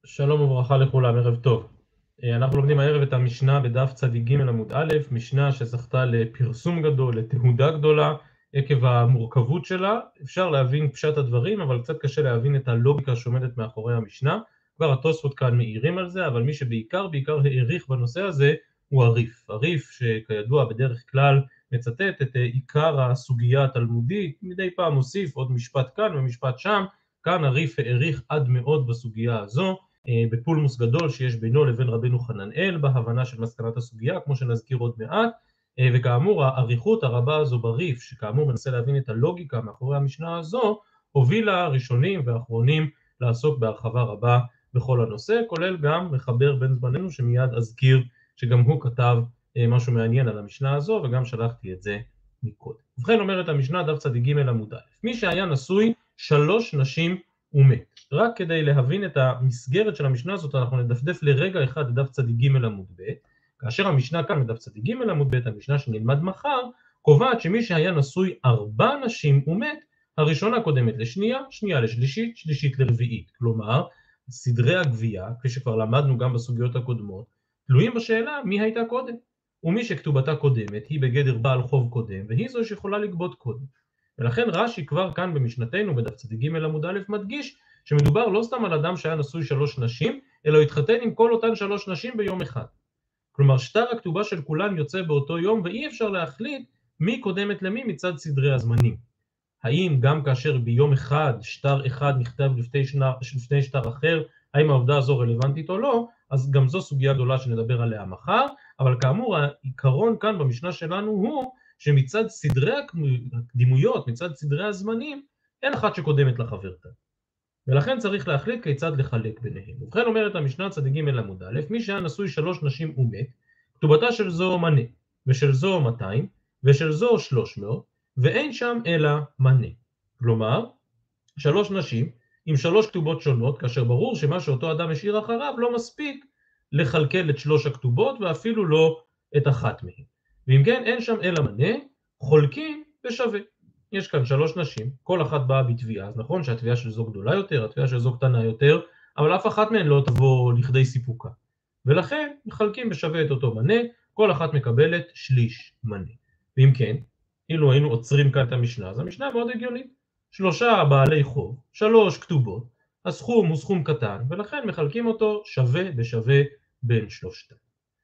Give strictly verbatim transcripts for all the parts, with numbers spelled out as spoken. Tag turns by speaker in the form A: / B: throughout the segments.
A: שלום וברכה לכולם, ערב טוב. אנחנו לומדים הערב את המשנה בדף צדיק ג' עמוד א', משנה שזכתה לפרסום גדול, לתהודה גדולה, עקב המורכבות שלה. אפשר להבין פשט הדברים, אבל קצת קשה להבין את הלוגיקה שעומדת מאחורי המשנה. כבר התוספות כאן מעירים על זה, אבל מי שבעיקר בעיקר העריך בנושא הזה הוא הריף. הריף שכידוע בדרך כלל מצטט את עיקר הסוגיה התלמודית, מדי פעם מוסיף עוד משפט כאן ומשפט שם. כאן הריף העריך עד מאוד בסוגיה הזו, בפולמוס גדול שיש בינו לבין רבנו חננאל בהבנה של מסקנת הסוגיה, כמו שנזכיר עוד מעט. וכאמור האריכות הרבה הזו בריף, שכאמור מנסה להבין את הלוגיקה מאחורי המשנה הזו, הובילה ראשונים ואחרונים לעסוק בהרחבה רבה בכל הנושא, כולל גם מחבר בן זמננו שמיד אזכיר שגם הוא כתב משהו מעניין על המשנה הזו, וגם שלחתי את זה מקודם. ובכן אומרת המשנה דף צדיק ג' עמוד א', מי שהיה נשוי שלוש נשים ומת. רק כדי להבין את המסגרת של המשנה הזאת אנחנו נדפדף לרגע אחד את דף צדיק ג' עמוד ב', כאשר המשנה כאן בדף צדיק ג' עמוד ב', המשנה שנלמד מחר, קובעת שמי שהיה נשוי ארבע נשים ומת, הראשונה קודמת לשנייה, שנייה לשלישית, שלישית לרביעית. כלומר, סדרי הגבייה, כפי שכבר למדנו גם בסוגיות הקודמות, תלויים בשאלה מי הייתה קודם. ומי שכתובתה קודמת היא בגדר בעל חוב קודם, והיא זו שיכולה לגבות קודם. ולכן רש"י כבר כאן במשנתנו בדף צדיק ג' עמוד א' מדגיש שמדובר לא סתם על אדם שהיה נשוי שלוש נשים, אלא התחתן עם כל אותן שלוש נשים ביום אחד. כלומר שטר הכתובה של כולן יוצא באותו יום, ואי אפשר להחליט מי קודמת למי מצד סדרי הזמנים. האם גם כאשר ביום אחד שטר אחד נכתב לפני, שנה, לפני שטר אחר, האם העובדה הזו רלוונטית או לא? אז גם זו סוגיה גדולה שנדבר עליה מחר, אבל כאמור העיקרון כאן במשנה שלנו הוא שמצד סדרי הקדימויות, מצד סדרי הזמנים, אין אחת שקודמת לחברתה. ולכן צריך להחליט כיצד לחלק ביניהם. ובכן אומרת המשנה צדיק ג' עמוד א', מי שהיה נשוי שלוש נשים ומת, כתובתה של זו מנה, ושל זו מאתיים, ושל זו שלוש מאות, ואין שם אלא מנה. כלומר, שלוש נשים עם שלוש כתובות שונות, כאשר ברור שמה שאותו אדם השאיר אחריו לא מספיק לחלקל את שלוש הכתובות, ואפילו לא את אחת מהן. ואם כן, אין שם אלא מנה, חולקים בשווה. יש כאן שלוש נשים, כל אחת באה בתביעה, אז נכון שהתביעה של זו גדולה יותר, התביעה של זו קטנה יותר, אבל אף אחת מהן לא תבוא לכדי סיפוקה. ולכן מחלקים בשווה את אותו מנה, כל אחת מקבלת שליש מנה. ואם כן, אילו היינו עוצרים כאן את המשנה, אז המשנה מאוד הגיונית. שלושה בעלי חוב, שלוש כתובות, הסכום הוא סכום קטן, ולכן מחלקים אותו שווה בשווה בין שלושתם.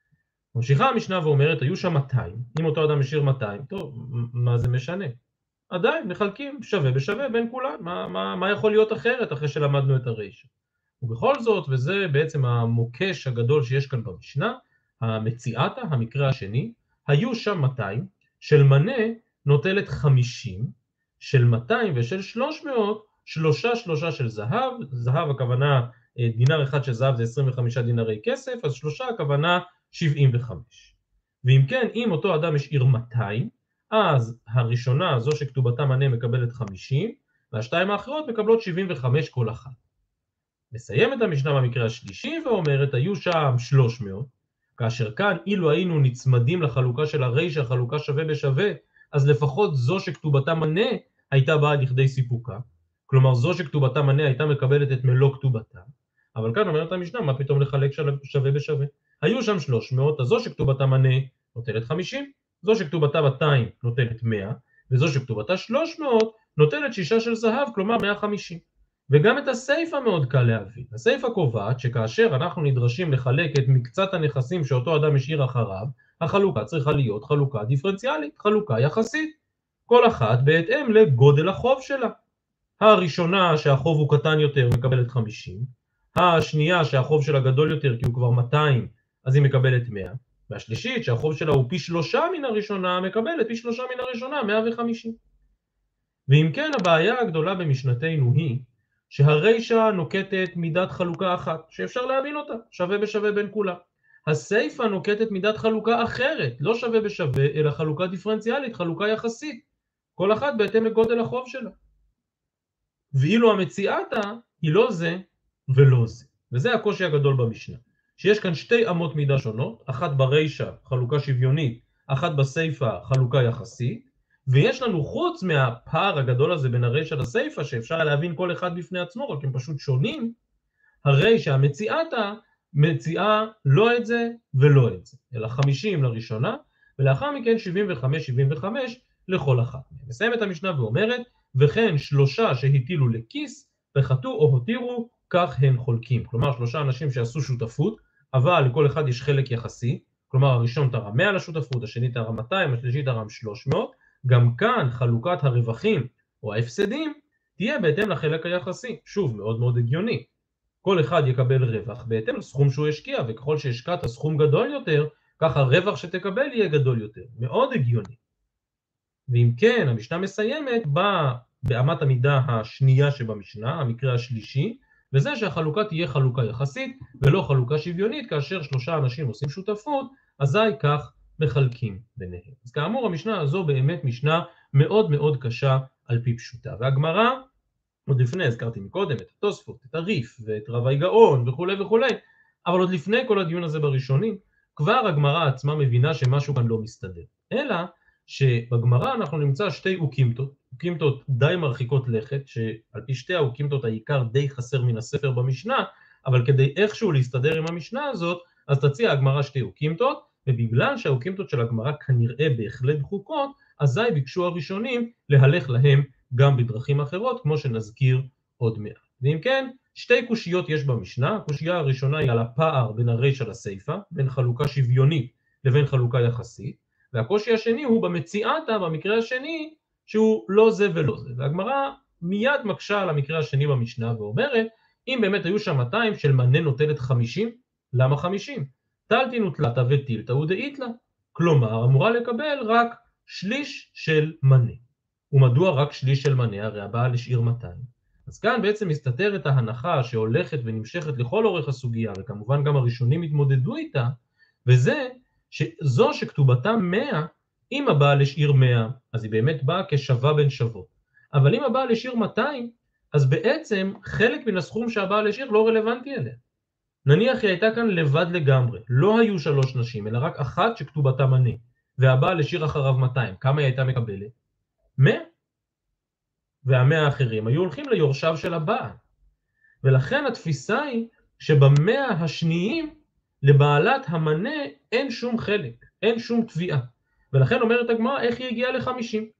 A: ממשיכה המשנה ואומרת, היו שם מאתיים, אם אותו אדם השאיר מאתיים, טוב, מה זה משנה? עדיין מחלקים שווה בשווה בין כולם, מה, מה, מה יכול להיות אחרת אחרי שלמדנו את הרישא? ובכל זאת, וזה בעצם המוקש הגדול שיש כאן במשנה, המציאתה, המקרה השני, היו שם מאתיים, של מנה נוטלת חמישים, של מאתיים ושל שלוש מאות, שלושה שלושה של זהב, זהב הכוונה דינר אחד של זהב זה עשרים וחמישה דינרי כסף, אז שלושה הכוונה שבעים וחמש. ואם כן, אם אותו אדם השאיר מאתיים, אז הראשונה, זו שכתובתה מנה, מקבלת חמישים, והשתיים האחרות מקבלות שבעים וחמש כל אחת. מסיים את המשנה במקרה השלישי ואומרת, היו שם שלוש מאות, כאשר כאן אילו היינו נצמדים לחלוקה של הרישא, חלוקה שווה בשווה, אז לפחות זו שכתובתה מנה הייתה באה לכדי סיפוקה, כלומר זו שכתובתה מנה הייתה מקבלת את מלוא כתובתה, אבל כאן אומרת המשנה, מה פתאום לחלק שווה בשווה? היו שם שלוש מאות, אז זו שכתובתה מנה נוטלת חמישים, זו שכתובתה מאתיים נוטלת מאה, וזו שכתובתה שלוש מאות נוטלת שישה של זהב, כלומר מאה וחמישים. וגם את הסיפא מאוד קל להבין. הסיפא קובעת שכאשר אנחנו נדרשים לחלק את מקצת הנכסים שאותו אדם השאיר אחריו, החלוקה צריכה להיות חלוקה דיפרנציאלית, חלוקה יחסית, כל אחת בהתאם לגודל החוב שלה. הראשונה שהחוב הוא קטן יותר מקבלת חמישים, השנייה שהחוב שלה גדול יותר כי הוא כבר מאתיים, אז היא מקבלת מאה, והשלישית שהחוב שלה הוא פי שלושה מן הראשונה, מקבלת פי שלושה מן הראשונה, מאה וחמישים. ואם כן, הבעיה הגדולה במשנתנו היא שהרישא נוקטת מידת חלוקה אחת, שאפשר להבין אותה, שווה בשווה בין כולם. הסיפא נוקטת מידת חלוקה אחרת, לא שווה בשווה, אלא חלוקה דיפרנציאלית, חלוקה יחסית, כל אחת בהתאם לגודל החוב שלה. ואילו המציאתה היא לא זה ולא זה. וזה הקושי הגדול במשנה, שיש כאן שתי אמות מידה שונות, אחת ברישא חלוקה שוויונית, אחת בסיפא חלוקה יחסית, ויש לנו חוץ מהפער הגדול הזה בין הרישא לסיפא, שאפשר להבין כל אחד בפני עצמו, רק הם פשוט שונים, הרי שהמציאתה מציעה לא את זה ולא את זה, אלא חמישים לראשונה, ולאחר מכן שבעים וחמש שבעים וחמש לכל אחת. מסיים את המשנה ואומרת, וכן שלושה שהטילו לכיס, וחטאו או הותירו, כך הם חולקים. כלומר, שלושה אנשים שעשו שותפות, אבל לכל אחד יש חלק יחסי, כלומר הראשון תרם מאה לשותפות, השני תרם מאתיים, השלישי תרם שלוש מאות, גם כאן חלוקת הרווחים או ההפסדים תהיה בהתאם לחלק היחסי. שוב, מאוד מאוד הגיוני. כל אחד יקבל רווח בהתאם לסכום שהוא השקיע, וככל שהשקעת סכום גדול יותר, כך הרווח שתקבל יהיה גדול יותר. מאוד הגיוני. ואם כן, המשנה מסיימת באה באמת המידה השנייה שבמשנה, המקרה השלישי, וזה שהחלוקה תהיה חלוקה יחסית ולא חלוקה שוויונית, כאשר שלושה אנשים עושים שותפות, אזי כך מחלקים ביניהם. אז כאמור, המשנה הזו באמת משנה מאוד מאוד קשה על פי פשוטה. והגמרא, עוד לפני, הזכרתי מקודם את התוספות, את הריף ואת רבי גאון וכו' וכו', אבל עוד לפני כל הדיון הזה בראשונים, כבר הגמרא עצמה מבינה שמשהו כאן לא מסתדר. אלא שבגמרא אנחנו נמצא שתי אוקימתות, אוקימתות די מרחיקות לכת, שעל פי שתי האוקימתות העיקר די חסר מן הספר במשנה, אבל כדי איכשהו להסתדר עם המשנה הזאת, אז תציע הגמרא שתי אוקימתות, ובגלל שהאוקימתות של הגמרא כנראה בהחלט דחוקות, אזי ביקשו הראשונים להלך להם גם בדרכים אחרות, כמו שנזכיר עוד מעט. ואם כן, שתי קושיות יש במשנה. הקושייה הראשונה היא על הפער בין הרישא לסיפא, בין חלוקה שוויונית לבין חלוקה יחסית, והקושי השני הוא במציאתה, במקרה השני, שהוא לא זה ולא זה. והגמרא מיד מקשה על המקרה השני במשנה ואומרת, אם באמת היו שם מאתיים של מנה נוטלת חמישים, למה חמישים? טלתינו תלתא וטילתא ודאיתלא. כלומר, אמורה לקבל רק שליש של מנה. ומדוע רק שליש של מנה? הרי הבעל השאיר מאתיים. אז כאן בעצם מסתתרת ההנחה שהולכת ונמשכת לכל אורך הסוגיה, וכמובן גם הראשונים התמודדו איתה, וזה שזו שכתובתה מאה, אם הבעל השאיר מאה, אז היא באמת באה כשווה בין שוות. אבל אם הבעל השאיר מאתיים, אז בעצם חלק מן הסכום שהבעל השאיר לא רלוונטי אליה. נניח היא הייתה כאן לבד לגמרי, לא היו שלוש נשים, אלא רק אחת שכתובתה מנה, והבעל השאיר אחריו מאתיים, כמה היא הייתה מקבלת? מאה. והמאה האחרים היו הולכים ליורשיו של הבעל. ולכן התפיסה היא שבמאה השניים לבעלת המנה אין שום חלק, אין שום תביעה. ולכן אומרת הגמרא, איך היא הגיעה ל-חמישים?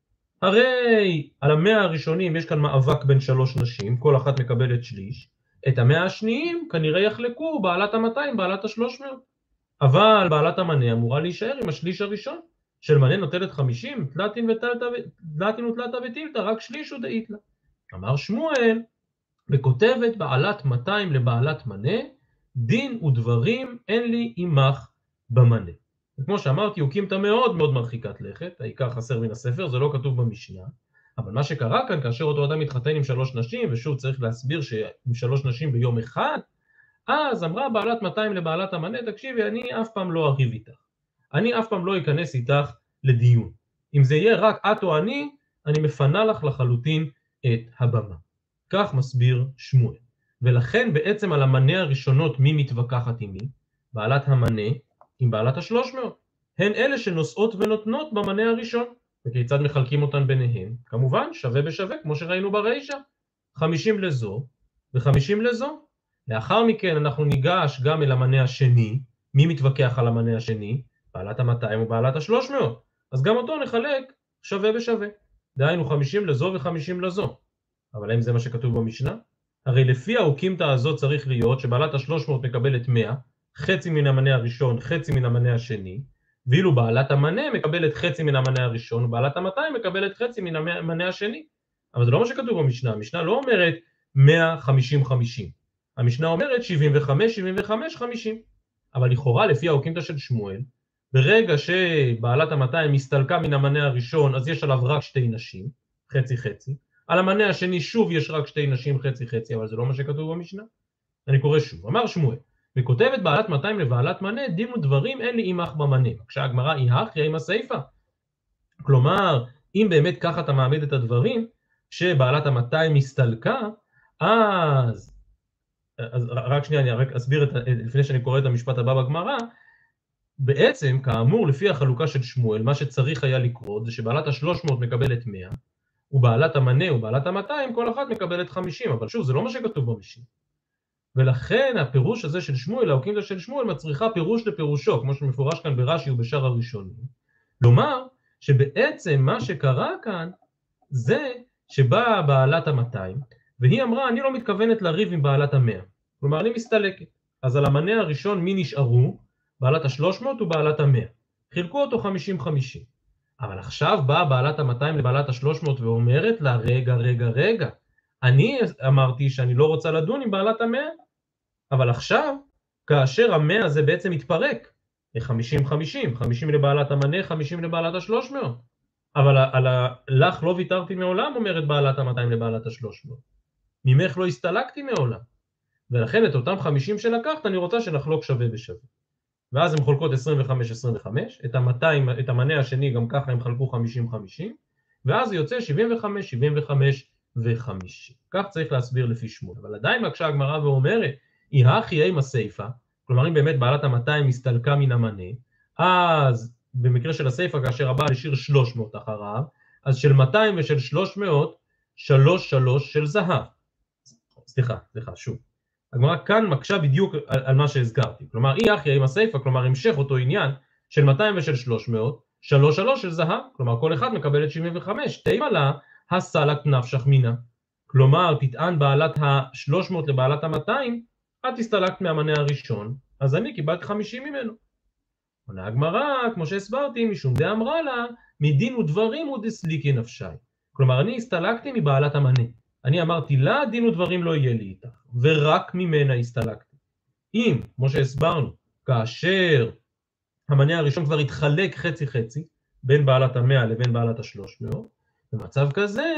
A: הרי על המאה הראשונים יש כאן מאבק בין שלוש נשים, כל אחת מקבלת שליש. את המאה השניים כנראה יחלקו בעלת ה-מאתיים, בעלת ה-שלוש מאות. אבל בעלת המנה אמורה להישאר עם השליש הראשון. של מנה נוטלת חמישים, תלתין ותלתא וטילתא, רק שליש ודאיתלא. אמר שמואל, וכותבת בעלת מאתיים לבעלת מנה, דין ודברים אין לי עמך במנה. וכמו שאמרתי, אוקימתא מאוד מאוד מרחיקת לכת, העיקר חסר מן הספר, זה לא כתוב במשנה, אבל מה שקרה כאן, כאשר אותו אדם מתחתן עם שלוש נשים, ושוב צריך להסביר שעם שלוש נשים ביום אחד, אז אמרה בעלת מאתיים לבעלת המנה, תקשיבי, אני אף פעם לא אריב איתך. אני אף פעם לא אכנס איתך לדיון. אם זה יהיה רק את או אני, אני מפנה לך לחלוטין את הבמה. כך מסביר שמואל. ולכן בעצם על המנה הראשונות מי מתווכחת עם מי? בעלת המנה עם בעלת השלוש מאות. הן אלה שנושאות ונותנות במנה הראשון. וכיצד מחלקים אותן ביניהן? כמובן שווה בשווה, כמו שראינו ברישא. חמישים לזו וחמישים לזו. לאחר מכן אנחנו ניגש גם אל המנה השני. מי מתווכח על המנה השני? בעלת ה-מאתיים ובעלת ה-שלוש מאות. אז גם אותו נחלק שווה בשווה. דהיינו חמישים לזו ו-חמישים לזו. אבל האם זה מה שכתוב במשנה? הרי לפי האוקימתא הזאת צריך להיות שבעלת ה-שלוש מאות מקבלת מאה, חצי מן המנה הראשון, חצי מן המנה השני, ואילו בעלת המנה מקבלת חצי מן המנה הראשון, ובעלת ה-מאתיים מקבלת חצי מן המנה השני. אבל זה לא מה שכתוב במשנה. המשנה לא אומרת מאה חמישים חמישים. המשנה אומרת שבעים וחמש שבעים וחמש חמישים. אבל לכאורה לפי האוקימתא של שמואל, ברגע שבעלת ה-מאתיים הסתלקה מן המנה הראשון, אז יש עליו רק שתי נשים, חצי חצי. על המנה השני שוב יש רק שתי נשים, חצי חצי, אבל זה לא מה שכתוב במשנה. אני קורא שוב. אמר שמואל, וכותבת בעלת מאתיים לבעלת מנה, דין ודברים אין לי עמך במנה. כשהגמרא היא הכי עם הסיפא. כלומר, אם באמת ככה אתה מעמיד את הדברים, שבעלת ה-מאתיים הסתלקה, אז, אז רק שנייה, אני רק אסביר את, לפני שאני קורא את המשפט הבא בגמרא, בעצם, כאמור, לפי החלוקה של שמואל, מה שצריך היה לקרות זה שבעלת ה-שלוש מאות מקבלת מאה, ובעלת המנה ובעלת ה-מאתיים, כל אחת מקבלת חמישים, אבל שוב, זה לא מה שכתוב במשנה. ולכן הפירוש הזה של שמואל, האוקימתא של שמואל, מצריכה פירוש לפירושו, כמו שמפורש כאן ברש"י ובשאר הראשונים. כלומר, שבעצם מה שקרה כאן, זה שבאה בעלת ה-מאתיים, והיא אמרה, אני לא מתכוונת לריב עם בעלת ה-מאה. כלומר, אני מסתלקת. אז על המנה הראשון מי נשארו? בעלת ה-שלוש מאות ובעלת ה-מאה. חילקו אותו חמישים חמישים. אבל עכשיו באה בעלת ה-מאתיים לבעלת ה-שלוש מאות ואומרת לה, רגע, רגע, רגע. אני אמרתי שאני לא רוצה לדון עם בעלת ה-מאה. אבל עכשיו, כאשר ה-מאה הזה בעצם מתפרק, חמישים חמישים, חמישים לבעלת המנה, חמישים לבעלת ה-שלוש מאות. אבל על ה... לך לא ויתרתי מעולם, אומרת בעלת ה-מאתיים לבעלת ה-שלוש מאות. ממך לא הסתלקתי מעולם. ולכן את אותם חמישים שלקחת, אני רוצה שנחלוק שווה בשווה. ואז הם חולקות עשרים וחמש עשרים וחמש, את ה-מאתיים, את המנה השני גם ככה הם חלקו חמישים חמישים, ואז יוצא שבעים וחמש שבעים וחמש ו-חמישים. כך צריך להסביר לפי שמואל. אבל עדיין מקשה הגמרא ואומרת, היא הכי עם הסיפה, כלומר אם באמת בעלת ה-מאתיים הסתלקה מן המנה, אז במקרה של הסיפה כאשר הבעל השאיר שלוש מאות אחריו, אז של מאתיים ושל שלוש מאות, שלוש שלוש של זהב. סליחה, סליחה, שוב. הגמרא כאן מקשה בדיוק על, על מה שהזכרתי. כלומר, היא הכי עם הסיפה, כלומר המשך אותו עניין של מאתיים ושל שלוש מאות, שלוש שלוש של זהב. כלומר, כל אחד מקבל את שבעים וחמש. תימא לה, הסלק נפשך מינה. כלומר, תטען בעלת ה-שלוש מאות לבעלת ה-מאתיים, את הסתלקת מהמנה הראשון, אז אני קיבלתי חמישים ממנו. עונה הגמרא, כמו שהסברתי, משום דאמרה לה, מדין ודברים ודסליקי נפשי. כלומר, אני הסתלקתי מבעלת המנה. אני אמרתי לה, דין ודברים לא יהיה לי איתך, ורק ממנה הסתלקתי. אם, כמו שהסברנו, כאשר המנה הראשון כבר התחלק חצי חצי, בין בעלת המאה לבין בעלת השלוש מאות, במצב כזה,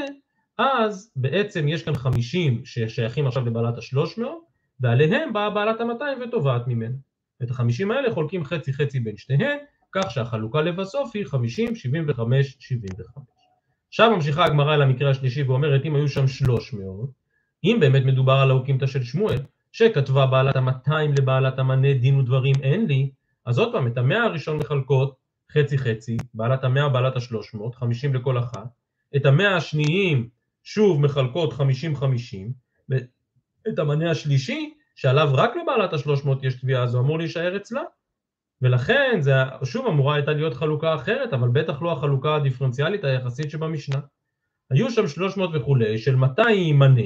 A: אז בעצם יש כאן חמישים ששייכים עכשיו לבעלת השלוש מאות, ועליהם באה בעלת ה-מאתיים ותובעת ממנו. את החמישים האלה חולקים חצי חצי בין שתיהן, כך שהחלוקה לבסוף היא חמישים, שבעים וחמש, שבעים וחמש. עכשיו ממשיכה הגמרא אל המקרה השלישי ואומרת, אם היו שם שלוש מאות, אם באמת מדובר על האוקימתא של שמואל, שכתבה בעלת ה-מאתיים לבעלת המנה דין ודברים אין לי, אז עוד פעם, את המאה הראשון מחלקות חצי חצי, בעלת המאה בעלת השלוש מאות, חמישים לכל אחת, את המאה השניים שוב מחלקות חמישים חמישים, ואת המנה השלישי, שעליו רק לבעלת ה-שלוש מאות יש תביעה, אז הוא אמור להישאר אצלה, ולכן זה שוב אמורה הייתה להיות חלוקה אחרת, אבל בטח לא החלוקה הדיפרנציאלית היחסית שבמשנה. היו שם שלוש מאות וכולי, של מאתיים מנה,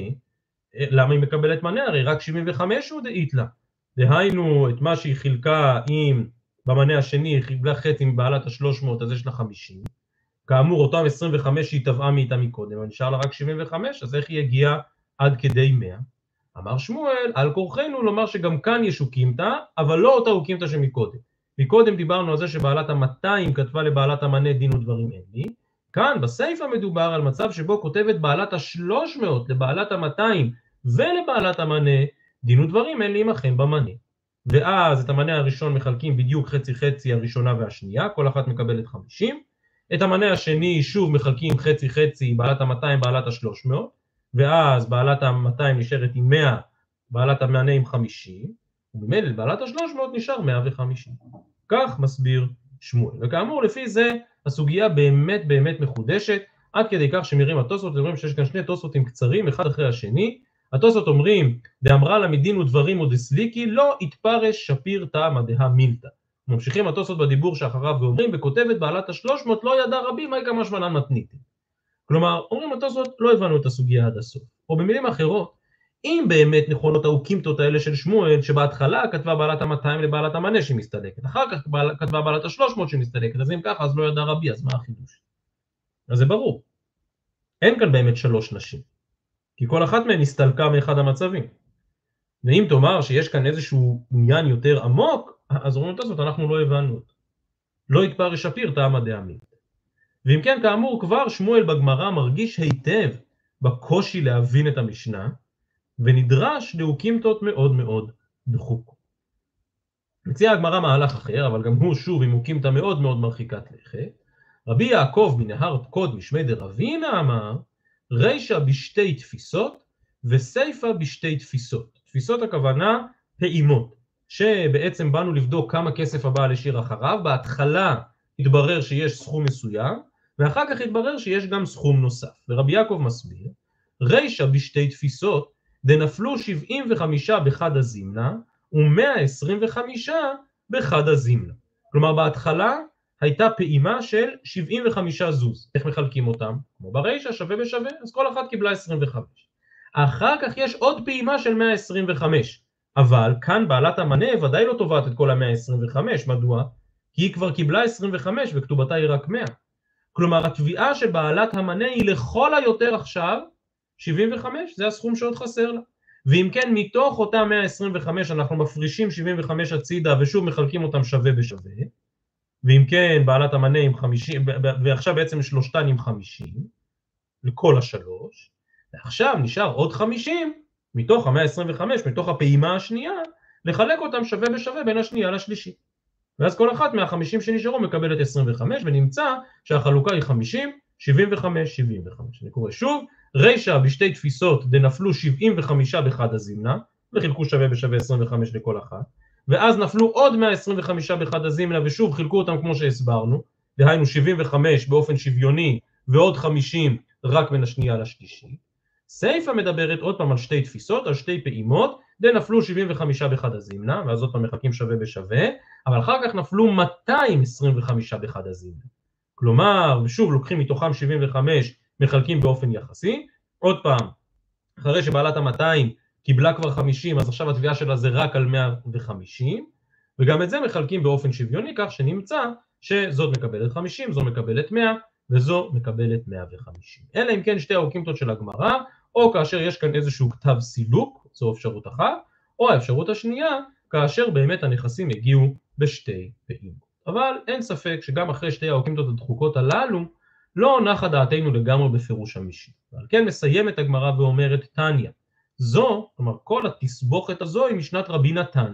A: למה היא מקבלת מנה? הרי רק שבעים וחמש הוא דאית לה. דהיינו את מה שהיא חילקה עם, במנה השני היא חיבלה חצי מבעלת ה-שלוש מאות, אז יש לה חמישים. כאמור אותם עשרים וחמש שהיא טבעה מאיתה מקודם, אבל נשאר לה רק שבעים וחמש, אז איך היא הגיעה עד כדי מאה? אמר שמואל, על כורחנו לומר שגם כאן יש אוקימתא, אבל לא אותה אוקימתא שמקודם. מקודם דיברנו על זה שבעלת ה-מאתיים כתבה לבעלת המנה דין ודברים אין לי. כאן בסיפא מדובר על מצב שבו כותבת בעלת ה-שלוש מאות לבעלת ה-מאתיים ולבעלת המנה דין ודברים אין לי עמכם במנה. ואז את המנה הראשון מחלקים בדיוק חצי חצי הראשונה והשנייה, כל אחת מקבלת חמישים. את המנה השני שוב מחלקים חצי חצי בעלת ה-מאתיים בעלת ה-שלוש מאות, ואז בעלת ה-מאתיים נשארת עם מאה, בעלת המנה עם חמישים, וממילא בעלת ה-שלוש מאות נשאר מאה וחמישים. כך מסביר שמואל. וכאמור לפי זה הסוגיה באמת באמת מחודשת, עד כדי כך שמראים התוספות, אומרים שיש כאן שני תוספותים קצרים אחד אחרי השני. התוספות אומרים, דאמרה לה מדין ודברים ודסליקי, לא יתפרש שפיר טעמא דהא מילתא. ממשיכים התוספות בדיבור שאחריו ואומרים, בכותבת בעלת ה-שלוש מאות לא ידע רבי מהי כמה שמנן מתניתין. כלומר, אומרים התוספות, לא הבנו את הסוגיה עד הסוף. או במילים אחרות, אם באמת נכונות האוקימתות האלה של שמואל, שבהתחלה כתבה בעלת ה-מאתיים לבעלת המנה שמסתלקת, אחר כך כתבה בעלת ה-שלוש מאות שמסתלקת, אז אם ככה, אז לא ידע רבי, אז מה החידוש? אז זה ברור. אין כאן באמת שלוש נשים, כי כל אחת מהן הסתלקה מאחד המצבים. ואם תאמר שיש כאן איזשהו עניין יותר עמוק, אז אומרים התוספות, אנחנו לא הבנו אותו. לא יתפרש שפיר טעמא דהא מילתא. ואם כן, כאמור, כבר שמואל בגמרא מרגיש היטב בקושי להבין את המשנה, ונדרש לאוקימתות מאוד מאוד דחוקות. מציעה הגמרא מהלך אחר, אבל גם הוא שוב עם אוקימתא מאוד מאוד מרחיקת לכת. רבי יעקב מנהר פקוד משמי דרבינה אמר, רישא בשתי תפיסות וסיפא בשתי תפיסות. תפיסות הכוונה פעימות, שבעצם באנו לבדוק כמה כסף הבעל השאיר אחריו. בהתחלה התברר שיש סכום מסוים, ואחר כך התברר שיש גם סכום נוסף. ורבי יעקב מסביר, רישא בשתי תפיסות, דנפלו שבעים וחמישה בחד הזימנה, ו-מאה עשרים וחמישה בחד הזימנה. כלומר, בהתחלה הייתה פעימה של שבעים וחמישה זוז. איך מחלקים אותם? כמו ברישה, שווה בשווה, אז כל אחת קיבלה עשרים וחמש. אחר כך יש עוד פעימה של מאה עשרים וחמש, אבל כאן בעלת המנה ודאי לא תובעת את כל ה-מאה עשרים וחמש, מדוע? כי היא כבר קיבלה עשרים וחמש וכתובתה היא רק מאה. כלומר, התביעה של בעלת המנה היא לכל היותר עכשיו שבעים וחמש, זה הסכום שעוד חסר לה. ואם כן, מתוך אותה מאה עשרים וחמש אנחנו מפרישים שבעים וחמש הצידה ושוב מחלקים אותם שווה בשווה, ואם כן, בעלת המנה עם חמישים, ועכשיו בעצם שלושתן עם חמישים, לכל השלוש, ועכשיו נשאר עוד חמישים, מתוך ה-מאה עשרים וחמש, מתוך הפעימה השנייה, לחלק אותם שווה בשווה בין השנייה לשלישית. ואז כל אחת מה-חמישים שנשארו מקבלת עשרים וחמש, ונמצא שהחלוקה היא חמישים, שבעים וחמש, שבעים וחמש. אני קורא שוב, רישה בשתי תפיסות דנפלו שבעים וחמישה בחד הזימנה, וחילקו שווה בשווה עשרים וחמש לכל אחת, ואז נפלו עוד מאה עשרים וחמישה בחד הזימנה, ושוב חילקו אותם כמו שהסברנו, דהיינו שבעים וחמש באופן שוויוני, ועוד חמישים רק בין השנייה לשלישית. סייפה מדברת עוד פעם על שתי תפיסות, על שתי פעימות, דנפלו שבעים וחמישה בחד הזימנה, ואז עוד פעם מחלקים שווה בשווה, אבל אחר כך נפלו מאתיים עשרים וחמישה בחד הזימנה. כלומר, ושוב לוקחים מתוכם שבעים וחמש, מחלקים באופן יחסי, עוד פעם, אחרי שבעלת ה-מאתיים קיבלה כבר חמישים, אז עכשיו התביעה שלה זה רק על מאה וחמישים, וגם את זה מחלקים באופן שוויוני, כך שנמצא שזאת מקבלת חמישים, זו מקבלת מאה, וזו מקבלת מאה וחמישים. אלא אם כן שתי האוקימתות של הגמרא, או כאשר יש כאן איזשהו כתב סילוק, זו אפשרות אחת, או האפשרות השנייה, כאשר באמת הנכסים הגיעו בשתי פעימות. אבל אין ספק שגם אחרי שתי האוקימתות הדחוקות הללו, לא נחה דעתנו לגמרי בפירוש המשנה. ועל כן מסיימת הגמרא ואומרת תניא, זו, כלומר כל התסבוכת הזו היא משנת רבי נתן.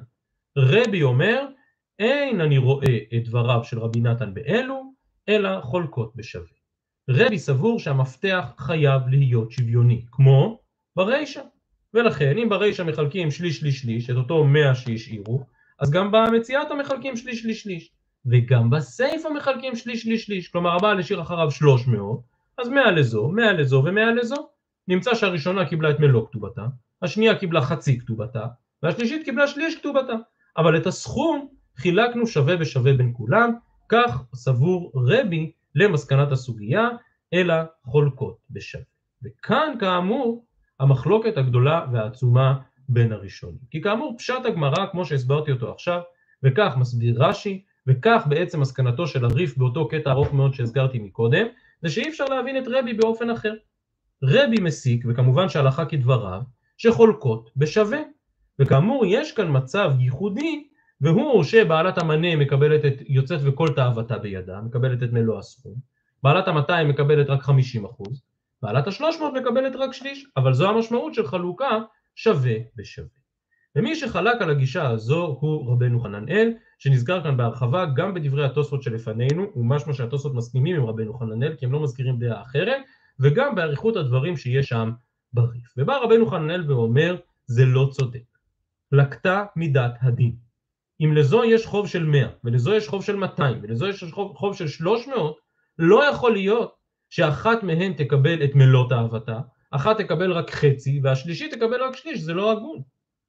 A: רבי אומר, אין אני רואה את דבריו של רבי נתן באלו, אלא חולקות בשווה. רבי סבור שהמפתח חייב להיות שוויוני, כמו ברישה. ולכן אם ברישה מחלקים שליש שליש שליש, את אותו מאה שהשאירו, אז גם במציאת המחלקים שליש שליש שליש. וגם בסייפה מחלקים שליש שליש שליש, כלומר הבעל השאיר אחריו שלוש מאות, אז מאה לזו, מאה לזו ומאה לזו. נמצא שהראשונה קיבלה את מלוא כתובתה, השנייה קיבלה חצי כתובתה, והשלישית קיבלה שליש כתובתה. אבל את הסכום חילקנו שווה בשווה בין כולם, כך סבור רבי למסקנת הסוגיה, אלא חולקות בשווה. וכאן כאמור המחלוקת הגדולה והעצומה בין הראשונים. כי כאמור פשט הגמרא כמו שהסברתי אותו עכשיו, וכך מסביר רש"י, וכך בעצם מסקנתו של הריף באותו קטע ארוך מאוד שהסגרתי מקודם, זה שאי אפשר להבין את רבי באופן אחר. רבי מסיק, וכמובן שהלכה כדבריו, שחולקות בשווה. וכאמור יש כאן מצב ייחודי, והוא שבעלת המנה מקבלת את יוצאת וכל תאוותה בידה, מקבלת את מלוא הסכום, בעלת ה-מאתיים מקבלת רק חמישים אחוז, בעלת ה-שלוש מאות מקבלת רק שליש, אבל זו המשמעות של חלוקה שווה בשווה. ומי שחלק על הגישה הזו הוא רבנו חננאל, שנזכר כאן בהרחבה גם בדברי התוספות שלפנינו, ומשמע שהתוספות מסכימים עם רבנו חננאל, כי הם לא מזכירים דעה אחרת, וגם באריכות הדברים שיש שם בריף. ובא רבנו חננאל ואומר, זה לא צודק. לקטה מידת הדין. אם לזו יש חוב של מאה, ולזו יש חוב של מאתיים, ולזו יש חוב, חוב של שלוש מאות, לא יכול להיות שאחת מהן תקבל את מלוא תאוותה, אחת תקבל רק חצי, והשלישית תקבל רק שליש, זה לא הגון.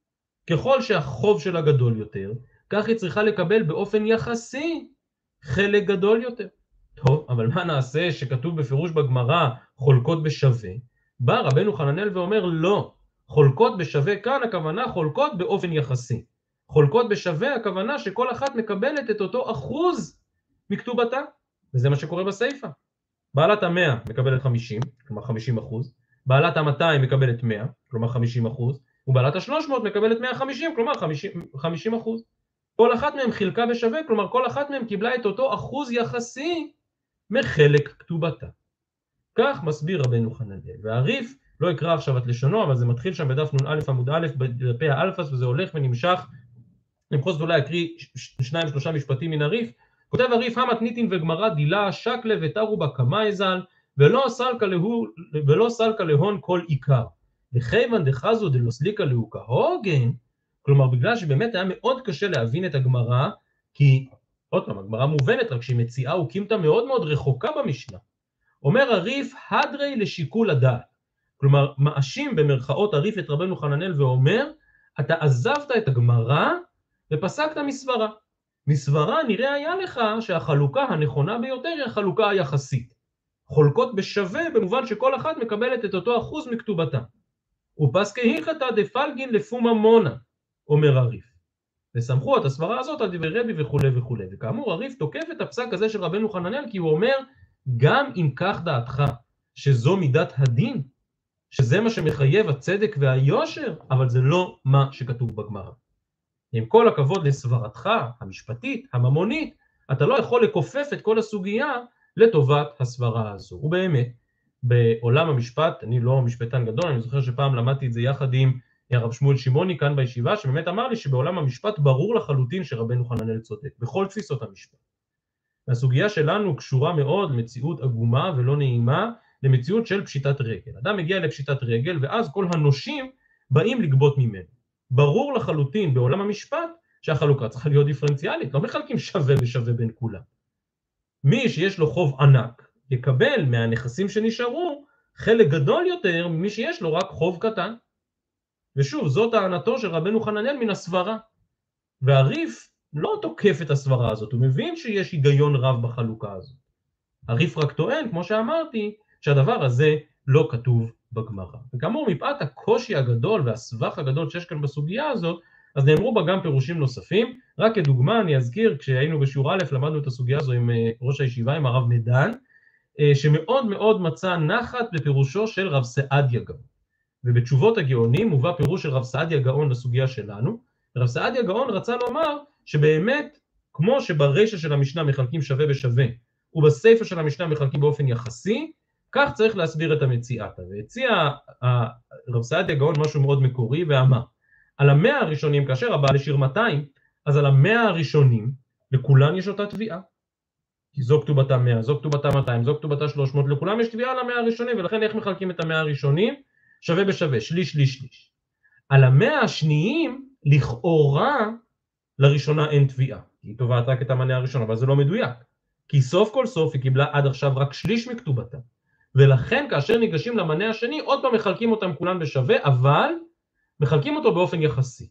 A: ככל שהחוב שלה גדול יותר, כך היא צריכה לקבל באופן יחסי חלק גדול יותר. טוב, אבל מה נעשה שכתוב בפירוש בגמרא חולקות בשווה? בא רבנו חננאל ואומר לא, חולקות בשווה כאן הכוונה חולקות באופן יחסי. חולקות בשווה הכוונה שכל אחת מקבלת את אותו אחוז מכתובתה, וזה מה שקורה בסייפה. בעלת המאה מקבלת חמישים, כלומר חמישים אחוז, בעלת המאתיים מקבלת מאה, כלומר חמישים אחוז, ובעלת השלוש מאות מקבלת מאה וחמישים, כלומר חמישים אחוז. כל אחת מהם חילקה בשווה, כלומר כל אחת מהם קיבלה את אותו אחוז יחסי מחלק כתובתה. כך מסביר רבנו חננאל. והריף, לא אקרא עכשיו את לשונו, אבל זה מתחיל שם בדף נ"א עמוד א' בדפי האלפס, וזה הולך ונמשך. למחוז ואולי אקריא שניים שלושה משפטים מן הריף. כותב הריף, המתניתין וגמרא דילה שקלה ותרו בה כמה אזל, ולא סלקה להו, ולא סלקה להון כל עיקר. וכיוון דחזו דלא סליקה להו כהוגן, כלומר בגלל שבאמת היה מאוד קשה להבין את הגמרא, כי עוד פעם הגמרא מובנת, רק שהיא מציעה וקימתא מאוד מאוד רחוקה במשנה. אומר הריף, הדרי לשיקול הדעת. כלומר, מאשים במרכאות הריף את רבנו חננאל ואומר, אתה עזבת את הגמרא ופסקת מסברה. מסברה נראה היה לך שהחלוקה הנכונה ביותר היא החלוקה היחסית. חולקות בשווה במובן שכל אחת מקבלת את אותו אחוז מכתובתה. ופסקי הלכתא דפלגין לפומא מונא, אומר הריף. וסמכו את הסברה הזאת על דברי רבי וכו' וכו'. וכאמור הריף תוקף את הפסק הזה של רבנו חננאל כי הוא אומר, גם אם כך דעתך שזו מידת הדין, שזה מה שמחייב הצדק והיושר, אבל זה לא מה שכתוב בגמרא. עם כל הכבוד לסברתך המשפטית, הממונית, אתה לא יכול לכופף את כל הסוגיה לטובת הסברה הזו. ובאמת, בעולם המשפט, אני לא משפטן גדול, אני זוכר שפעם למדתי את זה יחד עם הרב שמואל שמעוני כאן בישיבה, שבאמת אמר לי שבעולם המשפט ברור לחלוטין שרבנו חננאל צודק, בכל תפיסות המשפט. והסוגיה שלנו קשורה מאוד למציאות עגומה ולא נעימה, למציאות של פשיטת רגל. אדם מגיע לפשיטת רגל ואז כל הנושים באים לגבות ממנו. ברור לחלוטין בעולם המשפט שהחלוקה צריכה להיות דיפרנציאלית, לא מחלקים שווה ושווה בין כולם. מי שיש לו חוב ענק יקבל מהנכסים שנשארו חלק גדול יותר ממי שיש לו רק חוב קטן. ושוב, זאת טענתו של רבנו חננאל מן הסברה. והריף לא תוקף את הסברה הזאת, הוא מבין שיש היגיון רב בחלוקה הזאת. הריף רק טוען, כמו שאמרתי, שהדבר הזה לא כתוב בגמרא. וכאמור, מפאת הקושי הגדול והסבך הגדול שיש כאן בסוגיה הזאת, אז נאמרו בה גם פירושים נוספים. רק כדוגמה אני אזכיר, כשהיינו בשיעור א' למדנו את הסוגיה הזו עם ראש הישיבה, עם הרב מדן, שמאוד מאוד מצא נחת בפירושו של רב סעדיה גאון. ובתשובות הגאונים מובא פירוש של רב סעדיה גאון לסוגיה שלנו. רב סעדיה גאון רצה לומר שבאמת, כמו שברישא של המשנה מחלקים שווה בשווה, ובסייפא של המשנה מחלקים באופן יחסי, כך צריך להסביר את המציאתא. והציע רב סעדיה גאון משהו מאוד מקורי ואמר, על המאה הראשונים, כאשר הבעל השאיר מאתיים, אז על המאה הראשונים, לכולן יש אותה תביעה. כי זו כתובתה מאה, זו כתובתה מאתיים, זו כתובתה שלוש מאות, לכולם יש תביעה על המאה הראשונים, ולכן איך מחלקים את המאה הראשונים? שווה בשווה, שליש, שליש, שליש. על המאה השניים, לכאורה, לראשונה אין תביעה. היא תובעת רק את המנה הראשון, אבל זה לא מדויק. כי סוף כל סוף היא קיבלה עד עכשיו רק שליש מכתובתה. ולכן כאשר ניגשים למנה השני, עוד פעם מחלקים אותם כולם בשווה, אבל מחלקים אותו באופן יחסי.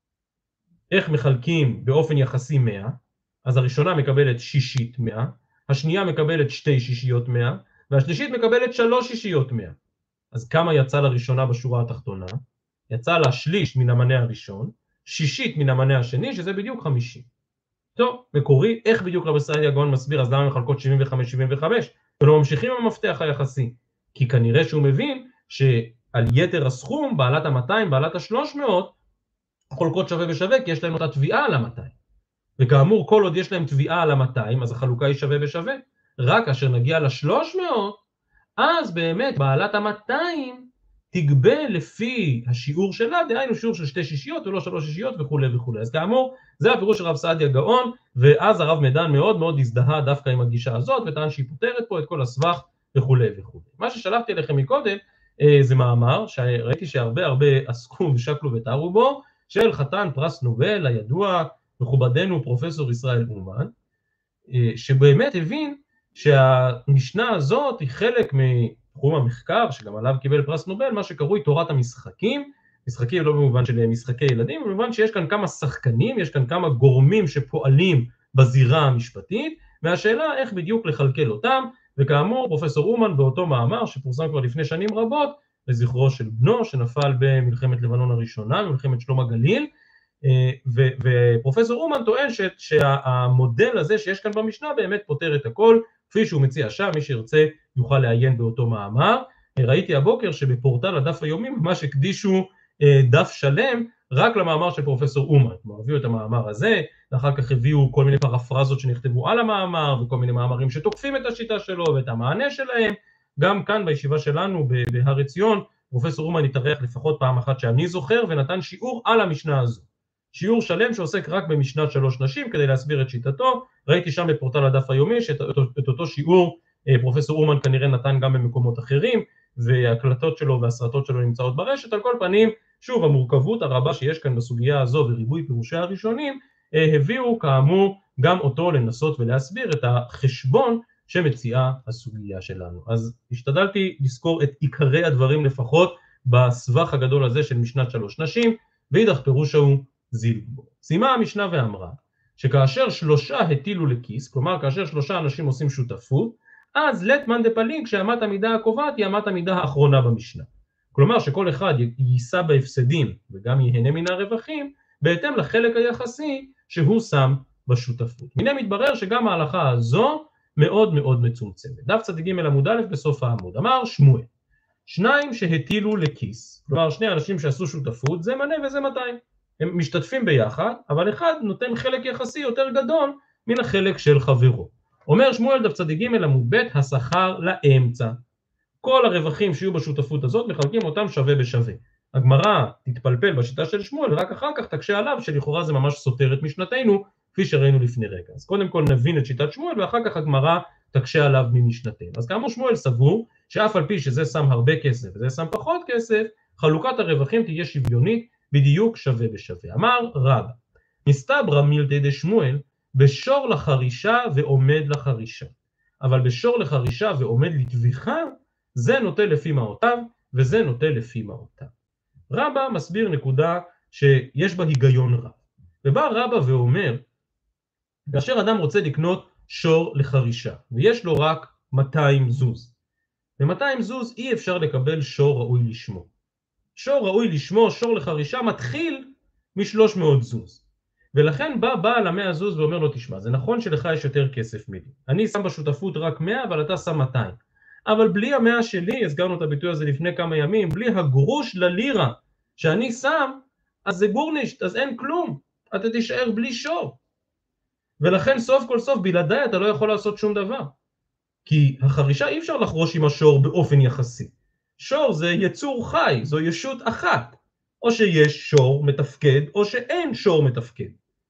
A: איך מחלקים באופן יחסי מאה? אז הראשונה מקבלת שישית מאה, השנייה מקבלת שתי שישיות מאה, והשלישית מקבלת שלוש שישיות מאה. אז כמה יצא לראשונה בשורה התחתונה? יצא לה שליש מן המנה הראשון, שישית מן המנה השני, שזה בדיוק חמישים. טוב, מקורי, איך בדיוק רב סעדיה גאון מסביר, אז למה מחלקות שבעים וחמש שבעים וחמש? ולא ממשיכים עם המפתח היחסי. כי כנראה שהוא מבין שעל יתר הסכום, בעלת ה-מאתיים, בעלת ה-שלוש מאות, חולקות שווה ושווה, כי יש להם אותה תביעה על ה-מאתיים. וכאמור, כל עוד יש להם תביעה על ה-מאתיים, אז החלוקה היא שווה ושווה. רק כאשר נגיע ל-שלוש מאות, אז באמת בעלת ה-מאתיים תגבה לפי השיעור שלה, דהיינו שיעור של שתי שישיות ולא שלוש שישיות וכו' וכו'. אז כאמור, זה הפירוש של רב סעדיה גאון, ואז הרב מדן מאוד מאוד הזדהה דווקא עם הגישה הזאת, וטען שהיא פותרת פה את כל הסבך וכו' וכו'. מה ששלחתי לכם מקודם, זה מאמר שראיתי שהרבה הרבה עסקו ושקלו ותארו בו, של חתן פרס נובל הידוע מכובדנו פרופסור ישראל אומן, שבאמת הבין שהמשנה הזאת היא חלק מתחום המחקר, שגם עליו קיבל פרס נובל, מה שקרוי תורת המשחקים. משחקים לא במובן של משחקי ילדים, במובן שיש כאן כמה שחקנים, יש כאן כמה גורמים שפועלים בזירה המשפטית, והשאלה איך בדיוק לכלכל אותם. וכאמור פרופסור אומן באותו מאמר שפורסם כבר לפני שנים רבות, לזכרו של בנו שנפל במלחמת לבנון הראשונה, במלחמת שלום הגליל, ופרופסור אומן טוען שהמודל הזה שיש כאן במשנה באמת פותר את הכל, כפי שהוא מציע שם, מי שירצה יוכל לעיין באותו מאמר. ראיתי הבוקר שבפורטל הדף היומי ממש הקדישו דף שלם רק למאמר של פרופסור אומן, כלומר הביאו את המאמר הזה, ואחר כך הביאו כל מיני פרפרזות שנכתבו על המאמר, וכל מיני מאמרים שתוקפים את השיטה שלו ואת המענה שלהם. גם כאן בישיבה שלנו בהר עציון, פרופסור אומן התארח לפחות פעם אחת שאני זוכר, ונתן שיעור על המשנה הזו. שיעור שלם שעוסק רק במשנת שלוש נשים כדי להסביר את שיטתו. ראיתי שם בפורטל הדף היומי שאת את אותו שיעור פרופסור אומן כנראה נתן גם במקומות אחרים, והקלטות שלו והסרטות שלו נמצאות ברשת. על כל פנים, שוב, המורכבות הרבה שיש כאן בסוגיה הזו וריבוי פירושי הראשונים, הביאו כאמור גם אותו לנסות ולהסביר את החשבון שמציעה הסוגיה שלנו. אז השתדלתי לזכור את עיקרי הדברים לפחות בסבך הגדול הזה של משנת שלוש נשים, ואידך פירוש הוא זיל גמור. סיימה המשנה ואמרה שכאשר שלושה הטילו לכיס, כלומר כאשר שלושה אנשים עושים שותפות, אז לית מאן דפליג שאמת המידה הקובעת היא אמת המידה האחרונה במשנה. כלומר שכל אחד יישא בהפסדים וגם ייהנה מן הרווחים בהתאם לחלק היחסי שהוא שם בשותפות. הנה מתברר שגם ההלכה הזו מאוד מאוד מצומצמת. דף צדיק ג' עמוד א' בסוף העמוד. אמר שמואל, שניים שהטילו לכיס, כלומר שני אנשים שעשו שותפות, זה מנה וזה מאתיים. הם משתתפים ביחד, אבל אחד נותן חלק יחסי יותר גדול מן החלק של חברו. אומר שמואל דף צדיק ג' עמוד ב', השכר לאמצע. כל הרווחים שיהיו בשותפות הזאת מחלקים אותם שווה בשווה. הגמרא תתפלפל בשיטה של שמואל, ורק אחר כך תקשה עליו שלכאורה זה ממש סותר את משנתנו, כפי שראינו לפני רגע. אז קודם כל נבין את שיטת שמואל, ואחר כך הגמרא תקשה עליו ממשנתנו. אז כאמור שמואל סבור, שאף על פי שזה שם הרבה כסף וזה שם פחות כסף, חלוקת הרווחים תהיה שוויונית, בדיוק שווה בשווה. אמר רבא, מסתברא מילתא דשמואל, בשור לחרישה ועומד לחרישה. אבל בשור לחרישה ועומד לטביחה, זה נוטה לפי מעותיו, וזה נוטה לפי מעותיו. רבא מסביר נקודה שיש בה היגיון רב. ובא רבא ואומר, כאשר אדם רוצה לקנות שור לחרישה, ויש לו רק מאתיים זוז, ב-מאתיים זוז אי אפשר לקבל שור ראוי לשמו. שור ראוי לשמו, שור לחרישה, מתחיל מ-שלוש מאות זוז. ולכן בא בעל ה-מאה זוז ואומר לו, תשמע, זה נכון שלך יש יותר כסף ממני. אני שם בשותפות רק מאה, אבל אתה שם מאתיים. אבל בלי המאה שלי, הזכרנו את הביטוי הזה לפני כמה ימים, בלי הגרוש ללירה שאני שם, אז זה גורנישט, אז אין כלום. אתה תישאר בלי שור. ולכן סוף כל סוף בלעדיי אתה לא יכול לעשות שום דבר. כי החרישה אי אפשר לחרוש עם השור באופן יחסי. שור זה יצור חי, זו ישות אחת. או שיש שור מתפקד, או שאין שור מתפקד.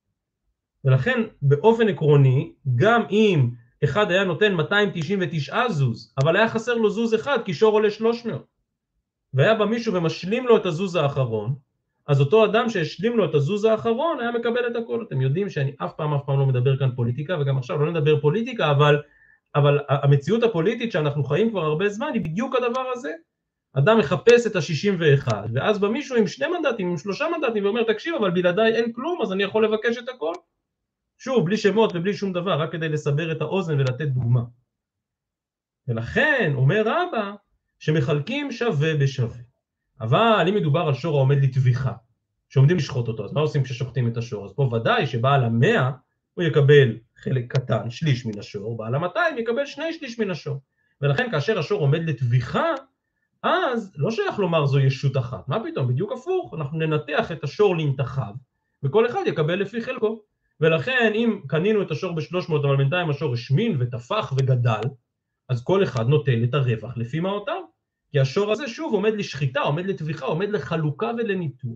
A: ולכן באופן עקרוני, גם אם אחד היה נותן מאתיים תשעים ותשע זוז, אבל היה חסר לו זוז אחד, כי שור עולה שלוש מאות. והיה בא מישהו ומשלים לו את הזוז האחרון, אז אותו אדם שהשלים לו את הזוז האחרון, היה מקבל את הכל. אתם יודעים שאני אף פעם אף פעם לא מדבר כאן פוליטיקה, וגם עכשיו לא נדבר פוליטיקה, אבל, אבל המציאות הפוליטית שאנחנו חיים כבר הרבה זמן, היא בדיוק הדבר הזה. אדם מחפש את ה-שישים ואחת, ואז בא מישהו עם שני מנדטים, עם שלושה מנדטים, ואומר, תקשיב, אבל בלעדיי אין כלום, אז אני יכול לבקש את הכל. שוב, בלי שמות ובלי שום דבר, רק כדי לסבר את האוזן ולתת דוגמה. ולכן, אומר רבא, שמחלקים שווה בשווה. אבל אם מדובר על שור העומד לטביחה, שעומדים לשחוט אותו, אז מה עושים כששוחטים את השור? אז פה ודאי שבעל המאה, הוא יקבל חלק קטן, שליש מן השור, בעל המאתיים יקבל שני שליש מן השור. ולכן כאשר השור עומד לטביחה, אז לא שייך לומר זו ישות אחת. מה פתאום? בדיוק הפוך. אנחנו ננתח את השור לנתחיו, וכל אחד יקבל לפי חלקו. ולכן אם קנינו את השור ב-שלוש מאות, אבל בינתיים השור השמין ותפח וגדל, אז כל אחד נוטל את הרווח לפי מעותיו. כי השור הזה שוב עומד לשחיטה, עומד לטביחה, עומד לחלוקה ולניתוח.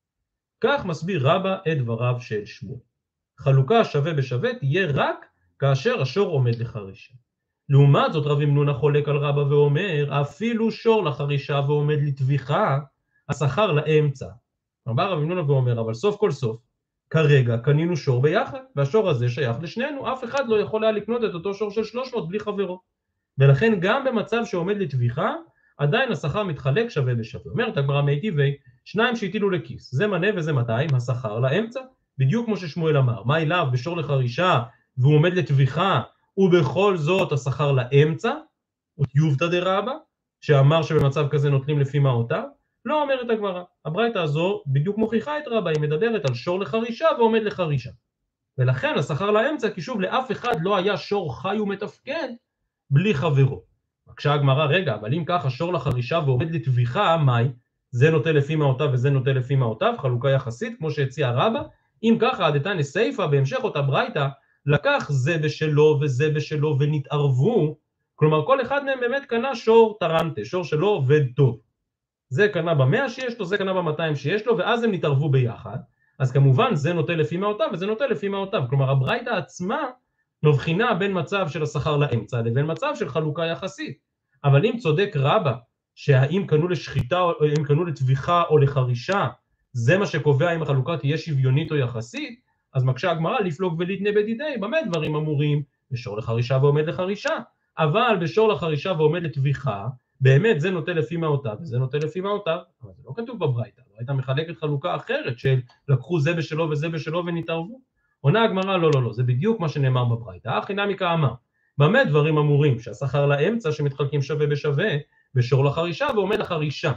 A: כך מסביר רבא את דבריו של שמואל. חלוקה שווה בשווה תהיה רק כאשר השור עומד לחרישה. לעומת זאת רבי מנונה חולק על רבא ואומר, אפילו שור לחרישה ועומד לטביחה, השכר לאמצע. בא רבי מנונה ואומר, אבל סוף כל סוף, כרגע קנינו שור ביחד, והשור הזה שייך לשנינו, אף אחד לא יכול היה לקנות את אותו שור של שלוש מאות בלי חברו. ולכן גם במצב שעומד לטביחה, עדיין השכר מתחלק שווה בשווה. אומרת הגמרא מי טבעי, שניים שהטילו לכיס, זה מנה וזה מאתיים, השכר לאמצע, בדיוק כמו ששמואל אמר, מה אליו בשור לחרישה והוא עומד לטביחה, ובכל זאת השכר לאמצע, יובטא דרבא, שאמר שבמצב כזה נוטלים לפי מעותיו, לא אומרת הגמרא. הברייתא הזו בדיוק מוכיחה את רבא, היא מדברת על שור לחרישה ועומד לחרישה. ולכן השכר לאמצע, כי שוב לאף אחד לא היה שור חי ומתפקד בלי חברו. כשהגמרא, רגע, אבל אם ככה שור לחרישה ועומד לטביחה, מהי? זה נוטה לפי מעותיו וזה נוטה לפי מעותיו, חלוקה יחסית, כמו שהציע רבא. אם ככה, דתניא סיפא, בהמשך אותה ברייתא, לקח זה בשלו וזה בשלו ונתערבו, כלומר כל אחד מהם באמת קנה שור טרנטה, שור שלא עובד טוב. זה קנה במאה שיש לו, זה קנה במאתיים שיש לו, ואז הם נתערבו ביחד. אז כמובן זה נוטה לפי מעותיו וזה נוטה לפי מעותיו. כלומר הברייתא עצמה מבחינה בין מצב של השכר לאמצע לבין מצב של חלוקה יחסית. אבל אם צודק רבא, שהאם קנו לשחיטה או אם קנו לטביחה או לחרישה, זה מה שקובע אם החלוקה תהיה שוויונית או יחסית, אז מקשה הגמרא לפלוג ולהתנה בדידי, במה דברים אמורים? בשור לחרישה ועומד לחרישה. אבל בשור לחרישה ועומד לטביחה, באמת זה נוטה לפי מעותיו, וזה נוטה לפי מעותיו, אבל זה לא כתוב בברייתא, הברייתא מחלקת חלוקה אחרת, של לקחו זה בשלו וזה בשלו ונתערבו. עונה הגמרא, לא, לא, לא, זה בדיוק מה שנאמר בברייתא, הכי נמי כאמר. במה דברים אמורים? שהשכר לאמצע שמתחלקים שווה בשווה, בשור לחרישה ועומד לחרישה.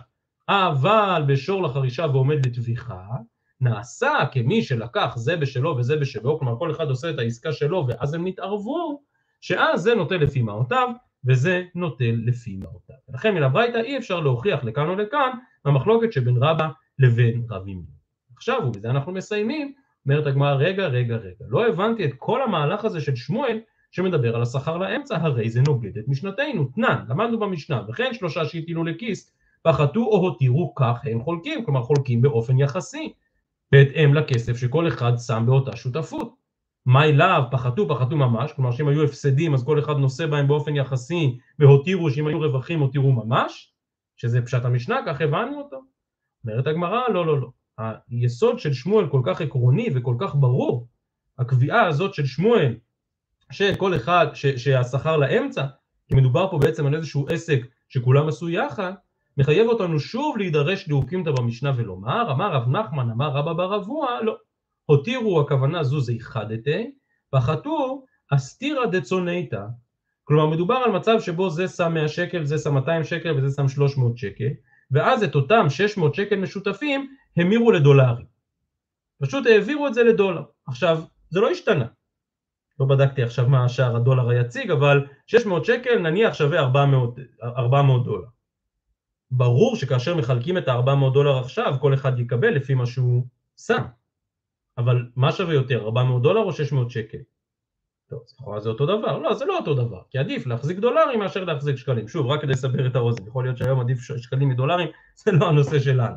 A: אבל בשור לחרישה ועומד לטביחה, נעשה כמי שלקח זה בשלו וזה בשלו, כלומר כל אחד עושה את העסקה שלו ואז הם נתערבו, שאז זה נוטה לפי מעותיו וזה נוטה לפי מעותיו. ולכן מן הברייתא אי אפשר להוכיח לכאן או לכאן המחלוקת שבין רבא לבין רבי מאיר. עכשיו, ובזה אנחנו מסיימים, אומרת הגמרא, רגע, רגע, רגע, לא הבנתי את כל המהלך הזה של שמואל שמדבר על השכר לאמצע, הרי זה נוגד את משנתנו, תנן, למדנו במשנה, וכן שלושה שהטילו לכיס, פחתו או הותירו, כך הם חולקים, כלומר חולקים באופן יחסי, בהתאם לכסף שכל אחד שם באותה שותפות. מאי לאו, פחתו, פחתו ממש, כלומר שאם היו הפסדים אז כל אחד נושא בהם באופן יחסי, והותירו שאם היו רווחים הותירו ממש, שזה פשט המשנה, כך הבנו אותו. אומרת הגמרא, לא, לא, לא. היסוד של שמואל כל כך עקרוני וכל כך ברור, הקביעה הזאת של שמואל, שכל אחד, ש, שהשכר לאמצע, כי מדובר פה בעצם על איזשהו עסק שכולם עשו יחד, מחייב אותנו שוב להידרש דיוקימתא במשנה ולומר, אמר רב נחמן, אמר רבא בר אבוה, לא. הותירו, הכוונה זו זה איחדתי, פחתו אסתירא דצונייתא. כלומר מדובר על מצב שבו זה שם מאה שקל, זה שם מאתיים שקל וזה שם שלוש מאות שקל, ואז את אותם שש מאות שקל משותפים המירו לדולרים. פשוט העבירו את זה לדולר. עכשיו, זה לא השתנה. לא בדקתי עכשיו מה השער הדולר היציג, אבל שש מאות שקל נניח שווה ארבע מאות דולר. ברור שכאשר מחלקים את ה-ארבע מאות דולר עכשיו, כל אחד יקבל לפי מה שהוא שם. אבל מה שווה יותר, ארבע מאות דולר או שש מאות שקל? טוב, לכאורה זה אותו דבר. לא, זה לא אותו דבר, כי עדיף להחזיק דולרים מאשר להחזיק שקלים. שוב, רק כדי לסבר את האוזן, יכול להיות שהיום עדיף שקלים מדולרים, זה לא הנושא שלנו.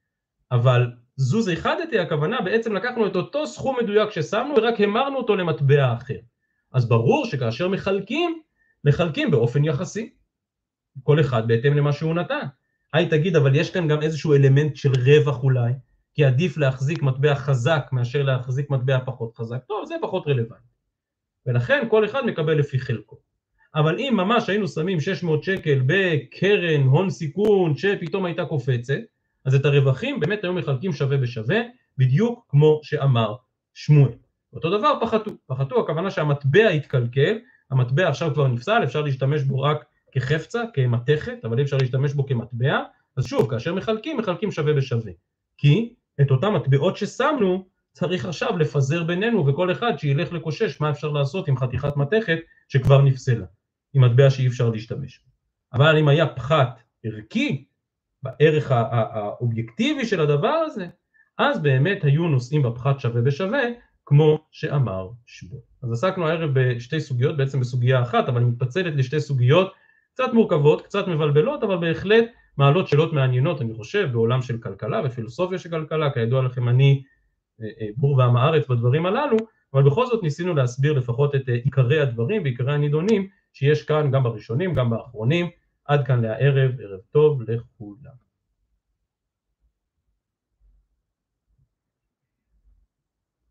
A: אבל זו זה איחדתי, הכוונה, בעצם לקחנו את אותו סכום מדויק ששמנו, ורק המרנו אותו למטבע אחר. אז ברור שכאשר מחלקים, מחלקים באופן יחסי. כל אחד בהתאם למה שהוא נתן. היי תגיד, אבל יש כאן גם איזשהו אלמנט של רווח אולי, כי עדיף להחזיק מטבע חזק מאשר להחזיק מטבע פחות חזק. טוב, זה פחות רלוונטי. ולכן כל אחד מקבל לפי חלקו. אבל אם ממש היינו שמים שש מאות שקל בקרן הון סיכון שפתאום הייתה קופצת, אז את הרווחים באמת היו מחלקים שווה בשווה, בדיוק כמו שאמר שמואל. אותו דבר פחתו. פחתו, הכוונה שהמטבע התקלקל, המטבע עכשיו כבר נפסל, אפשר להשתמש בו רק כחפצה, כמתכת, אבל אי אפשר להשתמש בו כמטבע. אז שוב, כאשר מחלקים, מחלקים שווה בשווה. כי את אותם מטבעות ששמנו, צריך עכשיו לפזר בינינו, וכל אחד שילך לקושש מה אפשר לעשות עם חתיכת מתכת שכבר נפסלה, עם מטבע שאי אפשר להשתמש. אבל אם היה פחת ערכי, בערך האובייקטיבי של הדבר הזה, אז באמת היו נושאים בפחת שווה בשווה, כמו שאמר שמואל. אז עסקנו הערב בשתי סוגיות, בעצם בסוגיה אחת, אבל מתפצלת לשתי סוגיות קצת מורכבות, קצת מבלבלות, אבל בהחלט מעלות שאלות מעניינות, אני חושב, בעולם של כלכלה ופילוסופיה של כלכלה. כידוע לכם, אני בור ועם הארץ בדברים הללו, אבל בכל זאת ניסינו להסביר לפחות את עיקרי הדברים ועיקרי הנידונים שיש כאן גם בראשונים, גם באחרונים. עד כאן לערב, ערב טוב לכולם.